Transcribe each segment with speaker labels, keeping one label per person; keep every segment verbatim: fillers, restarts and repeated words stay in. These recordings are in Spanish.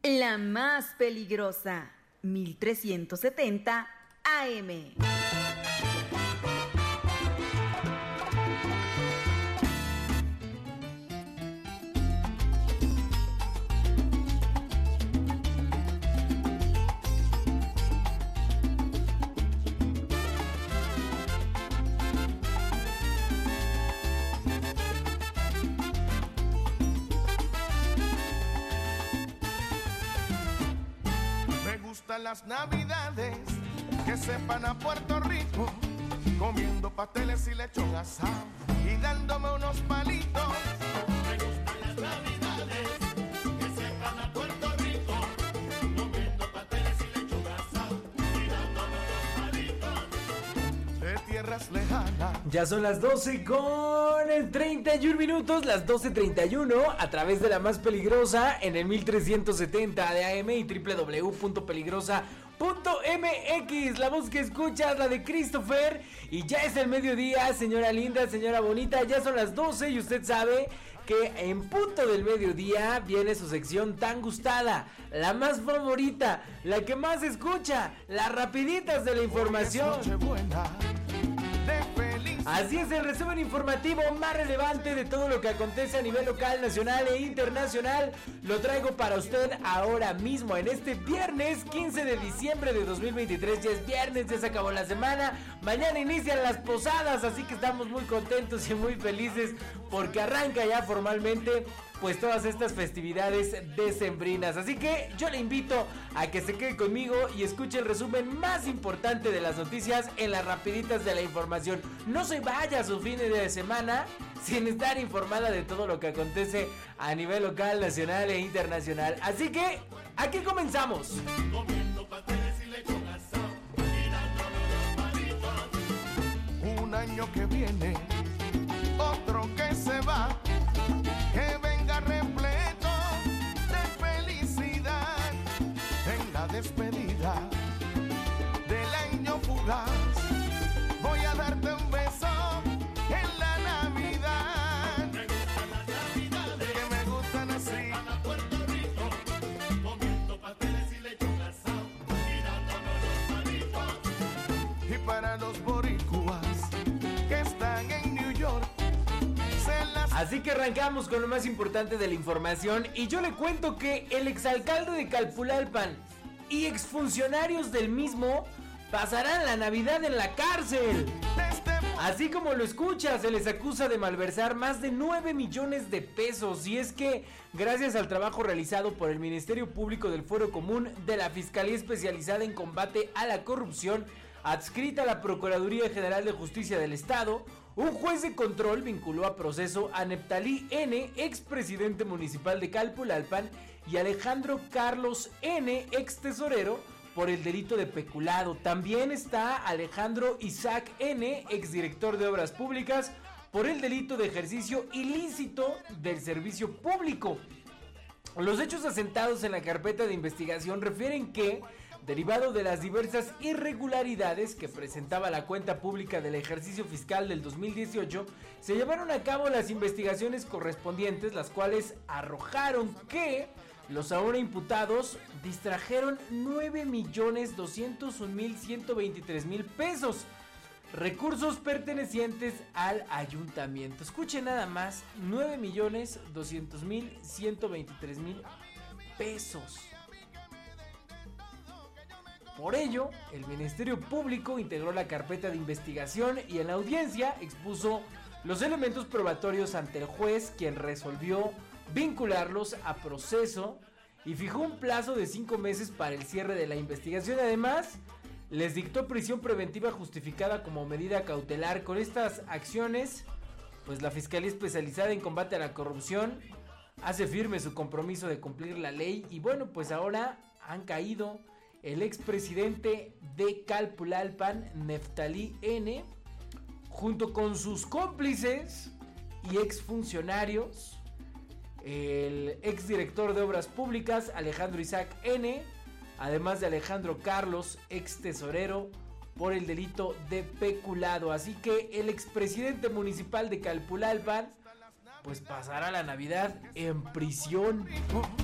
Speaker 1: La más peligrosa, mil trescientos setenta A M.
Speaker 2: Las navidades que sepan a Puerto Rico, comiendo pasteles y lechón asado y dándome unos palitos. Me gustan las navidades que sepan a Puerto Rico, comiendo pasteles y lechón asado y dándome unos palitos de tierras lejanas.
Speaker 3: Ya son las doce con treinta y un minutos, las doce treinta y uno, a través de la más peligrosa en el mil trescientos setenta de A M y doble u doble u doble u punto peligrosa punto m x. La voz que escuchas, la de Christopher. Y ya es el mediodía, señora linda, señora bonita. Ya son las doce y usted sabe que en punto del mediodía viene su sección tan gustada, la más favorita, la que más escucha, las rapiditas de la información. Así es, el resumen informativo más relevante de todo lo que acontece a nivel local, nacional e internacional. Lo traigo para usted ahora mismo, en este viernes quince de diciembre de dos mil veintitrés. Ya es viernes, ya se acabó la semana. Mañana inician las posadas, así que estamos muy contentos y muy felices porque arranca ya formalmente pues todas estas festividades decembrinas. Así que yo le invito a que se quede conmigo y escuche el resumen más importante de las noticias en las rapiditas de la información. No se vaya a su fin de semana sin estar informada de todo lo que acontece a nivel local, nacional e internacional. Así que aquí comenzamos.
Speaker 2: Un año que viene, otro que se va, que venga repleto de felicidad en la despedida del año fugaz. Voy a darte un beso en la Navidad. Me gustan las Navidades, que me gustan así. Para Puerto Rico, comiendo pasteles y lechón asado y dándonos los palitos. Y para los boricuas que están en New York,
Speaker 3: así que arrancamos con lo más importante de la información y yo le cuento que el exalcalde de Calpulalpan y exfuncionarios del mismo pasarán la Navidad en la cárcel. Así como lo escucha, se les acusa de malversar más de nueve millones de pesos. Y es que, gracias al trabajo realizado por el Ministerio Público del Fuero Común de la Fiscalía Especializada en Combate a la Corrupción, adscrita a la Procuraduría General de Justicia del Estado, un juez de control vinculó a proceso a Neftalí N., expresidente municipal de Calpulalpan, y Alejandro Carlos N., ex tesorero, por el delito de peculado. También está Alejandro Isaac N., exdirector de Obras Públicas, por el delito de ejercicio ilícito del servicio público. Los hechos asentados en la carpeta de investigación refieren que, derivado de las diversas irregularidades que presentaba la cuenta pública del ejercicio fiscal del dos mil dieciocho, se llevaron a cabo las investigaciones correspondientes, las cuales arrojaron que los ahora imputados distrajeron nueve millones doscientos un mil ciento veintitrés mil pesos, recursos pertenecientes al ayuntamiento. Escuchen nada más, nueve millones doscientos mil ciento veintitrés mil pesos. Por ello, el Ministerio Público integró la carpeta de investigación y en la audiencia expuso los elementos probatorios ante el juez, quien resolvió vincularlos a proceso y fijó un plazo de cinco meses para el cierre de la investigación. Además, les dictó prisión preventiva justificada como medida cautelar. Con estas acciones, pues la Fiscalía Especializada en Combate a la Corrupción hace firme su compromiso de cumplir la ley y bueno, pues ahora han caído el expresidente de Calpulalpan, Neftalí N., junto con sus cómplices y exfuncionarios, el exdirector de Obras Públicas, Alejandro Isaac N., además de Alejandro Carlos, ex tesorero, por el delito de peculado. Así que el expresidente municipal de Calpulalpan pues pasará la Navidad en prisión.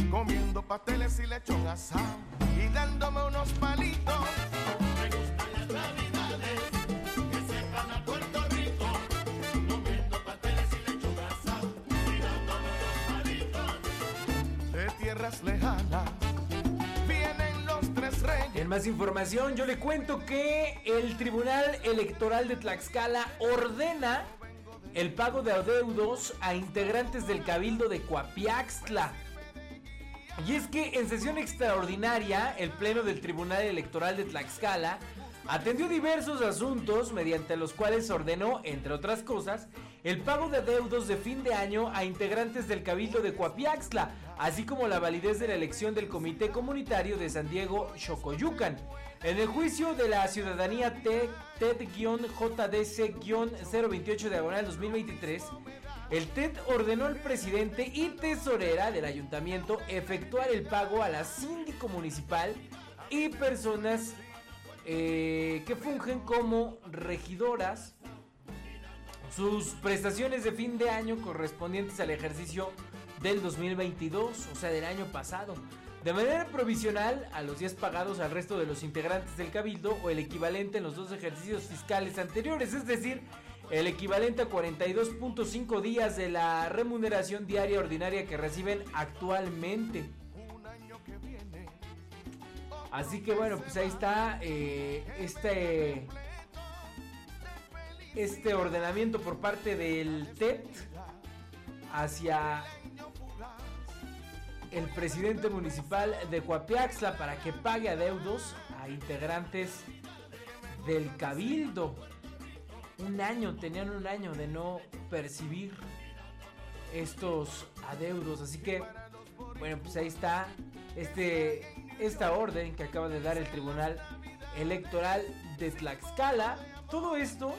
Speaker 2: comiendo pasteles y lechón asado y dándome unos palitos. Me gustan las navidades que sepan a Puerto Rico, comiendo pasteles y lechón asado y dándome unos palitos. De tierras lejanas vienen los tres reyes.
Speaker 3: En más información, yo le cuento que el Tribunal Electoral de Tlaxcala ordena el pago de adeudos a integrantes del Cabildo de Coapiaxtla. Y es que en sesión extraordinaria, el Pleno del Tribunal Electoral de Tlaxcala atendió diversos asuntos mediante los cuales ordenó, entre otras cosas, el pago de adeudos de fin de año a integrantes del Cabildo de Coapiaxtla, así como la validez de la elección del Comité Comunitario de San Diego Xocoyucan. En el juicio de la ciudadanía T E D-J D C cero veintiocho diagonal dos mil veintitrés, el T E D ordenó al presidente y tesorera del ayuntamiento efectuar el pago a la síndico municipal y personas eh, que fungen como regidoras sus prestaciones de fin de año correspondientes al ejercicio del dos mil veintidós, o sea, del año pasado, de manera provisional a los días pagados al resto de los integrantes del cabildo o el equivalente en los dos ejercicios fiscales anteriores, es decir, el equivalente a cuarenta y dos punto cinco días de la remuneración diaria ordinaria que reciben actualmente. Así que bueno, pues ahí está eh, este, este ordenamiento por parte del T E D hacia el presidente municipal de Coapiaxtla para que pague adeudos a integrantes del cabildo. Un año, tenían un año de no percibir estos adeudos, así que bueno, pues ahí está este, esta orden que acaba de dar el Tribunal Electoral de Tlaxcala. Todo esto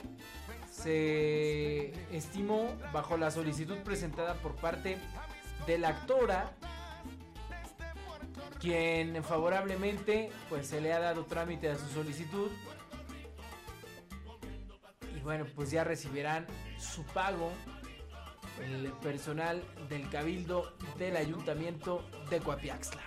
Speaker 3: se estimó bajo la solicitud presentada por parte de la actora, quien favorablemente pues se le ha dado trámite a su solicitud y bueno, pues ya recibirán su pago el personal del cabildo del ayuntamiento de Coapiaxtla.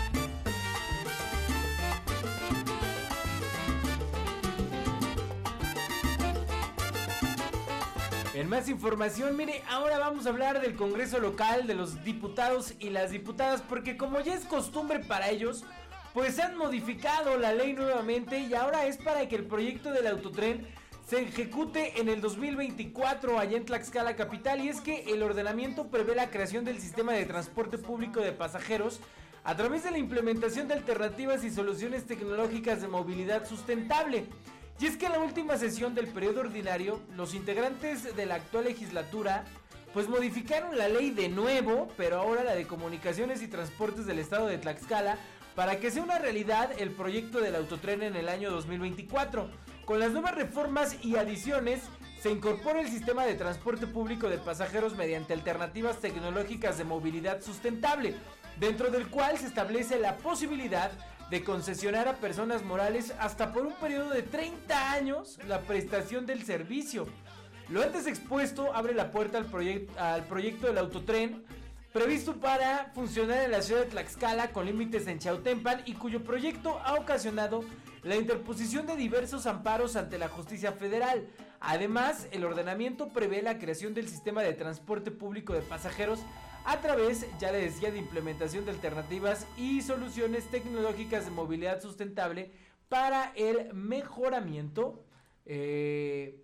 Speaker 3: En más información, mire, ahora vamos a hablar del Congreso local, de los diputados y las diputadas, porque como ya es costumbre para ellos, pues han modificado la ley nuevamente y ahora es para que el proyecto del autotren se ejecute en el dos mil veinticuatro allá en Tlaxcala capital, y es que el ordenamiento prevé la creación del sistema de transporte público de pasajeros a través de la implementación de alternativas y soluciones tecnológicas de movilidad sustentable. Y es que en la última sesión del periodo ordinario, los integrantes de la actual legislatura pues modificaron la ley de nuevo, pero ahora la de Comunicaciones y Transportes del Estado de Tlaxcala, para que sea una realidad el proyecto del autotren en el año dos mil veinticuatro. Con las nuevas reformas y adiciones, se incorpora el sistema de transporte público de pasajeros mediante alternativas tecnológicas de movilidad sustentable, dentro del cual se establece la posibilidad de concesionar a personas morales hasta por un periodo de treinta años la prestación del servicio. Lo antes expuesto abre la puerta al, proyect- al proyecto del autotren, previsto para funcionar en la ciudad de Tlaxcala con límites en Chautempan, y cuyo proyecto ha ocasionado la interposición de diversos amparos ante la justicia federal. Además, el ordenamiento prevé la creación del sistema de transporte público de pasajeros a través, ya le decía, de implementación de alternativas y soluciones tecnológicas de movilidad sustentable para el mejoramiento eh,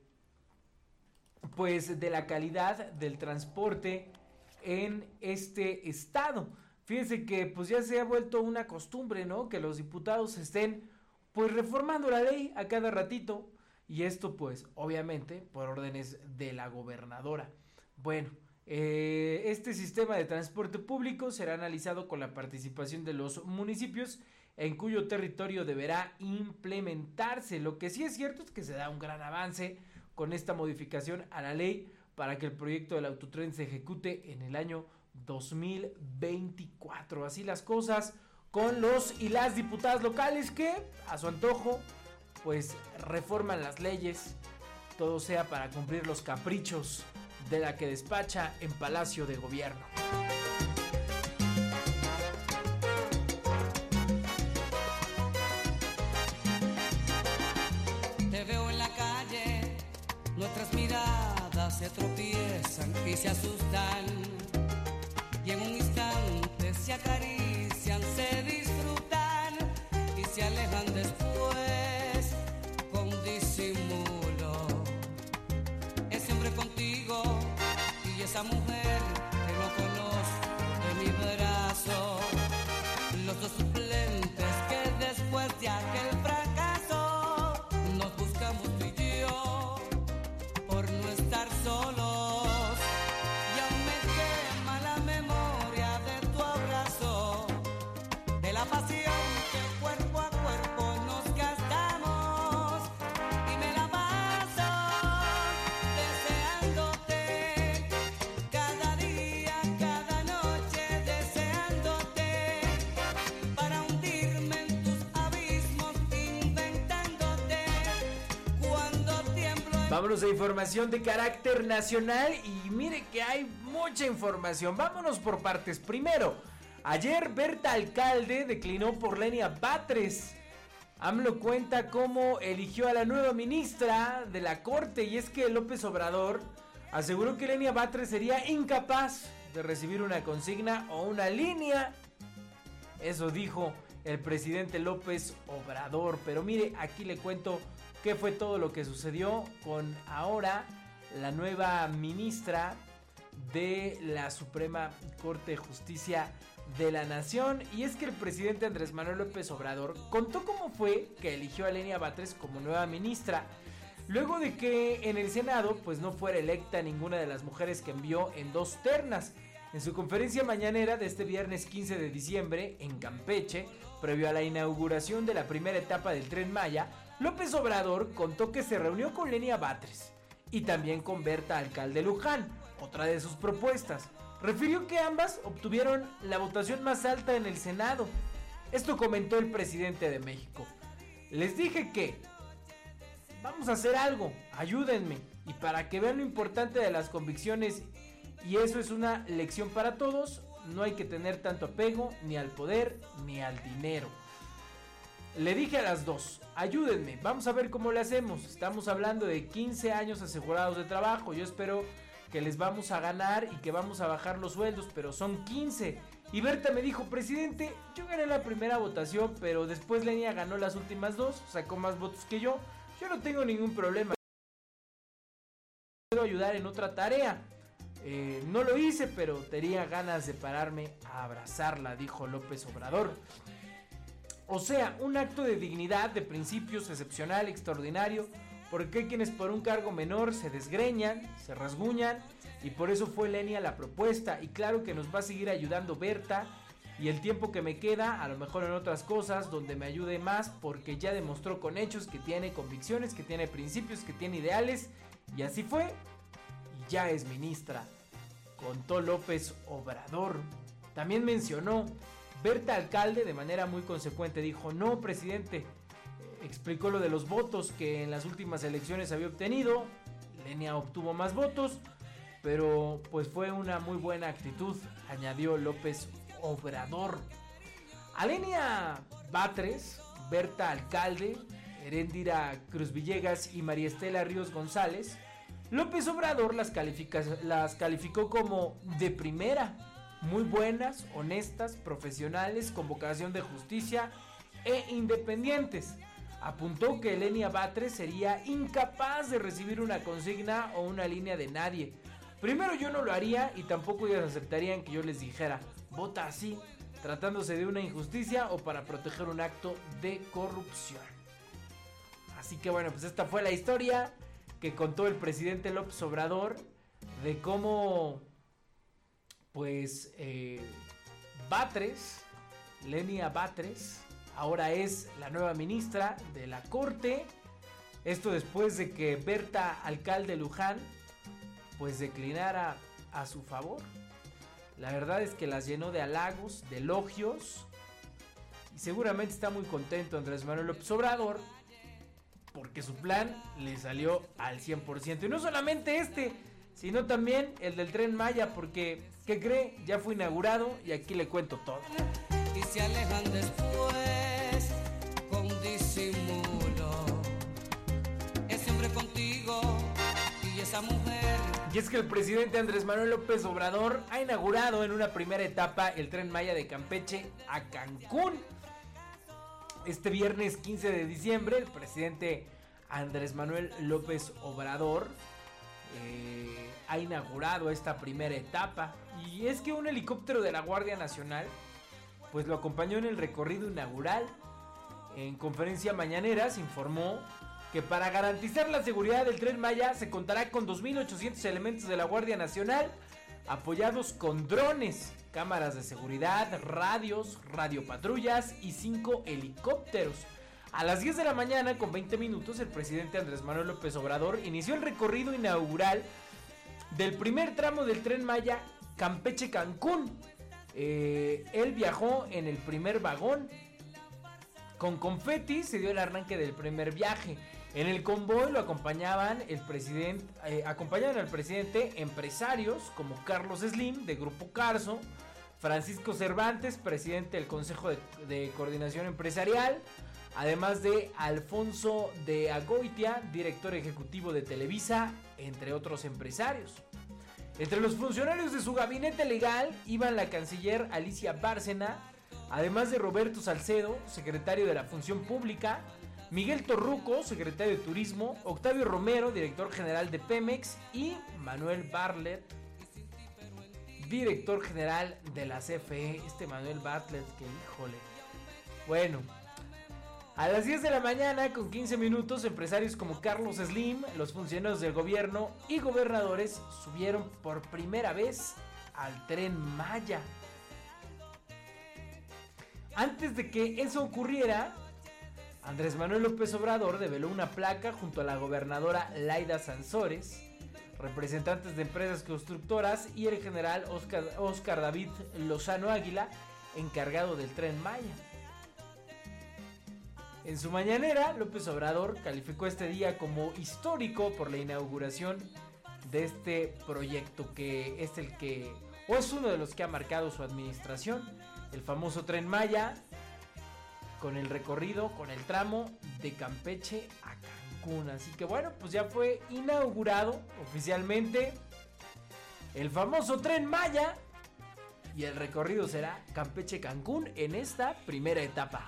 Speaker 3: pues de la calidad del transporte en este estado. Fíjense que pues ya se ha vuelto una costumbre, ¿no? Que los diputados estén pues reformando la ley a cada ratito, y esto pues obviamente por órdenes de la gobernadora. Bueno, Eh, este sistema de transporte público será analizado con la participación de los municipios en cuyo territorio deberá implementarse. Lo que sí es cierto es que se da un gran avance con esta modificación a la ley para que el proyecto del autotren se ejecute en el año dos mil veinticuatro. Así las cosas con los y las diputadas locales que a su antojo pues reforman las leyes, todo sea para cumplir los caprichos de la que despacha en Palacio de Gobierno.
Speaker 4: y se asustan, y en un instante se acarician, se disfrutan y se alejan después con disimulo. Ese hombre contigo y esa mujer que no conozco de mi brazo, los dos suplentes que después de aquel fracaso nos buscamos tú y yo por no estar solos. Y aún me quema la memoria de tu abrazo, de la pasión que cuerpo a cuerpo nos gastamos, y me la paso deseándote cada día, cada noche, deseándote para hundirme en tus abismos, inventándote cuando tiemblo en...
Speaker 3: Vámonos a información de carácter nacional y mire que hay mucha información. Vámonos por partes. Primero, ayer Berta Alcalde declinó por Lenia Batres. AMLO cuenta cómo eligió a la nueva ministra de la Corte, y es que López Obrador aseguró que Lenia Batres sería incapaz de recibir una consigna o una línea. Eso dijo el presidente López Obrador. Pero mire, aquí le cuento qué fue todo lo que sucedió con ahora la nueva ministra de la Suprema Corte de Justicia de la Nación. Y es que el presidente Andrés Manuel López Obrador contó cómo fue que eligió a Lenia Batres como nueva ministra, luego de que en el Senado pues no fuera electa ninguna de las mujeres que envió en dos ternas. En su conferencia mañanera de este viernes quince de diciembre en Campeche, previo a la inauguración de la primera etapa del Tren Maya, López Obrador contó que se reunió con Lenia Batres y también con Berta Alcalde Luján, otra de sus propuestas. Refirió que ambas obtuvieron la votación más alta en el Senado. Esto comentó el presidente de México. Les dije que vamos a hacer algo, ayúdenme, y para que vean lo importante de las convicciones, y eso es una lección para todos, no hay que tener tanto apego ni al poder ni al dinero. Le dije a las dos, ayúdenme, vamos a ver cómo le hacemos. Estamos hablando de quince años asegurados de trabajo. Yo espero que les vamos a ganar y que vamos a bajar los sueldos, pero son quince. Y Berta me dijo, presidente, yo gané la primera votación, pero después Lenia ganó las últimas dos, sacó más votos que yo. Yo no tengo ningún problema. Puedo ayudar en otra tarea. Eh, no lo hice, pero tenía ganas de pararme a abrazarla, dijo López Obrador. O sea, un acto de dignidad, de principios, excepcional, extraordinario, porque hay quienes por un cargo menor se desgreñan, se rasguñan, y por eso fue Lenia la propuesta. Y claro que nos va a seguir ayudando Berta, y el tiempo que me queda, a lo mejor en otras cosas donde me ayude más, porque ya demostró con hechos que tiene convicciones, que tiene principios, que tiene ideales, y así fue, y ya es ministra, contó López Obrador. También mencionó Berta Alcalde, de manera muy consecuente, dijo, no, presidente, explicó lo de los votos que en las últimas elecciones había obtenido. Lenia obtuvo más votos, pero pues fue una muy buena actitud, añadió López Obrador. A Lenia Batres, Berta Alcalde, Heréndira Cruz Villegas y María Estela Ríos González, López Obrador las, califica, las calificó como de primera, muy buenas, honestas, profesionales, con vocación de justicia e independientes. Apuntó que Lenia Batres sería incapaz de recibir una consigna o una línea de nadie. Primero, yo no lo haría y tampoco ellos aceptarían que yo les dijera, vota así, tratándose de una injusticia o para proteger un acto de corrupción. Así que bueno, pues esta fue la historia que contó el presidente López Obrador de cómo pues eh, Batres, Lenia Batres, ahora es la nueva ministra de la Corte. Esto después de que Berta Alcalde Luján pues declinara a su favor. La verdad es que las llenó de halagos, de elogios, y seguramente está muy contento Andrés Manuel López Obrador porque su plan le salió al cien por ciento. Y no solamente este, sino también el del Tren Maya, porque, ¿qué cree? Ya fue inaugurado y aquí le cuento todo.
Speaker 4: Y se alejan después con disimulo. Es siempre contigo y esa mujer
Speaker 3: Y es que el presidente Andrés Manuel López Obrador ha inaugurado en una primera etapa el Tren Maya de Campeche a Cancún. Este viernes quince de diciembre, el presidente Andrés Manuel López Obrador eh, ha inaugurado esta primera etapa. Y es que un helicóptero de la Guardia Nacional pues lo acompañó en el recorrido inaugural. En conferencia mañanera se informó que para garantizar la seguridad del Tren Maya se contará con dos mil ochocientos elementos de la Guardia Nacional, apoyados con drones, cámaras de seguridad, radios, radiopatrullas y cinco helicópteros. A las diez de la mañana con veinte minutos, el presidente Andrés Manuel López Obrador inició el recorrido inaugural del primer tramo del Tren Maya Campeche-Cancún. Eh, él viajó en el primer vagón. Con confeti se dio el arranque del primer viaje. En el convoy lo acompañaban el presidente, eh, acompañaban al presidente empresarios como Carlos Slim de Grupo Carso, Francisco Cervantes, presidente del Consejo de, de Coordinación Empresarial, además de Alfonso de Agoitia, director ejecutivo de Televisa, entre otros empresarios. Entre los funcionarios de su gabinete legal iban la canciller Alicia Bárcena, además de Roberto Salcedo, secretario de la Función Pública, Miguel Torruco, secretario de Turismo, Octavio Romero, director general de Pemex, y Manuel Bartlett, director general de la C F E. Este Manuel Bartlett, que híjole. Bueno, a las diez de la mañana con quince minutos, empresarios como Carlos Slim, los funcionarios del gobierno y gobernadores subieron por primera vez al Tren Maya. Antes de que eso ocurriera, Andrés Manuel López Obrador develó una placa junto a la gobernadora Laida Sansores, representantes de empresas constructoras y el general Oscar, Oscar David Lozano Águila, encargado del Tren Maya. En su mañanera, López Obrador calificó este día como histórico por la inauguración de este proyecto, que es el que, o es uno de los que ha marcado su administración, el famoso Tren Maya, con el recorrido, con el tramo de Campeche a Cancún. Así que bueno, pues ya fue inaugurado oficialmente el famoso Tren Maya y el recorrido será Campeche-Cancún en esta primera etapa.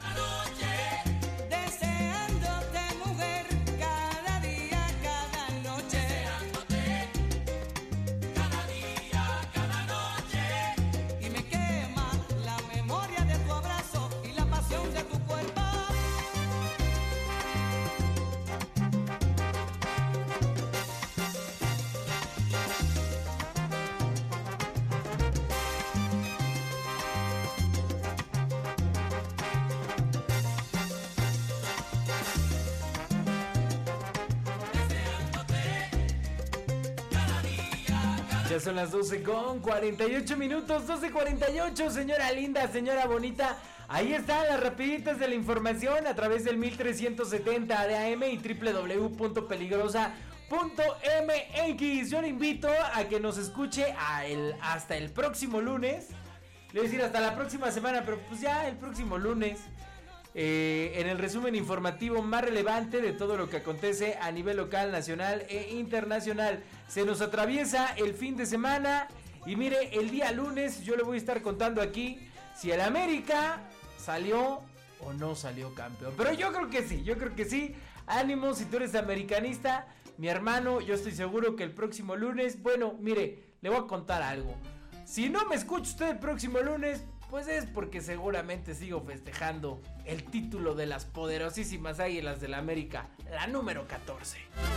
Speaker 3: Ya son las doce con cuarenta y ocho minutos, doce cuarenta y ocho, señora linda, señora bonita. Ahí están las rapiditas de la información a través del mil trescientos setenta de A M y doble u doble u doble u punto peligrosa punto m x. Yo le invito a que nos escuche a el, hasta el próximo lunes. Le voy a decir hasta la próxima semana, pero pues ya el próximo lunes. Eh, en el resumen informativo más relevante de todo lo que acontece a nivel local, nacional e internacional. Se nos atraviesa el fin de semana y mire, el día lunes yo le voy a estar contando aquí si el América salió o no salió campeón. Pero yo creo que sí, yo creo que sí. Ánimo, si tú eres americanista, mi hermano, yo estoy seguro que el próximo lunes, bueno, mire, le voy a contar algo. Si no me escucha usted el próximo lunes, pues es porque seguramente sigo festejando el título de las poderosísimas Águilas del la América, la número catorce.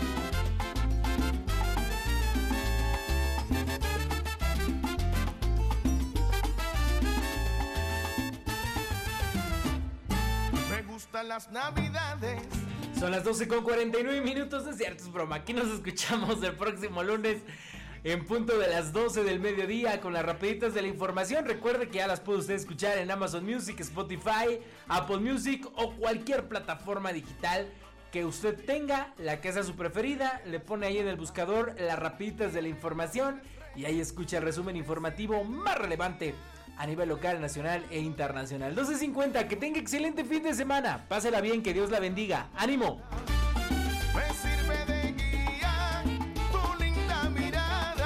Speaker 2: Me gustan las navidades.
Speaker 3: Son las doce con cuarenta y nueve minutos, es cierto, es broma. Aquí nos escuchamos el próximo lunes en punto de las doce del mediodía con las rapiditas de la información. Recuerde que ya las puede usted escuchar en Amazon Music, Spotify, Apple Music o cualquier plataforma digital que usted tenga, la que sea su preferida. Le pone ahí en el buscador las rapiditas de la información y ahí escucha el resumen informativo más relevante a nivel local, nacional e internacional. doce cincuenta, que tenga excelente fin de semana. Pásela bien, que Dios la bendiga. ¡Ánimo!
Speaker 2: Me sirve de guía tu linda mirada.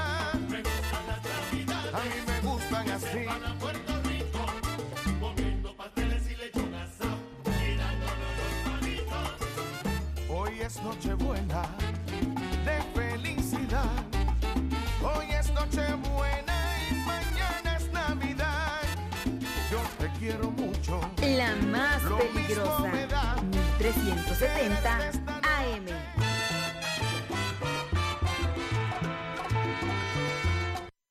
Speaker 2: es Nochebuena de felicidad. Hoy es Nochebuena y mañana es Navidad. Yo te quiero mucho.
Speaker 1: La más
Speaker 2: Lo
Speaker 1: peligrosa.
Speaker 2: mismo me da
Speaker 1: mil trescientos setenta
Speaker 2: querer estar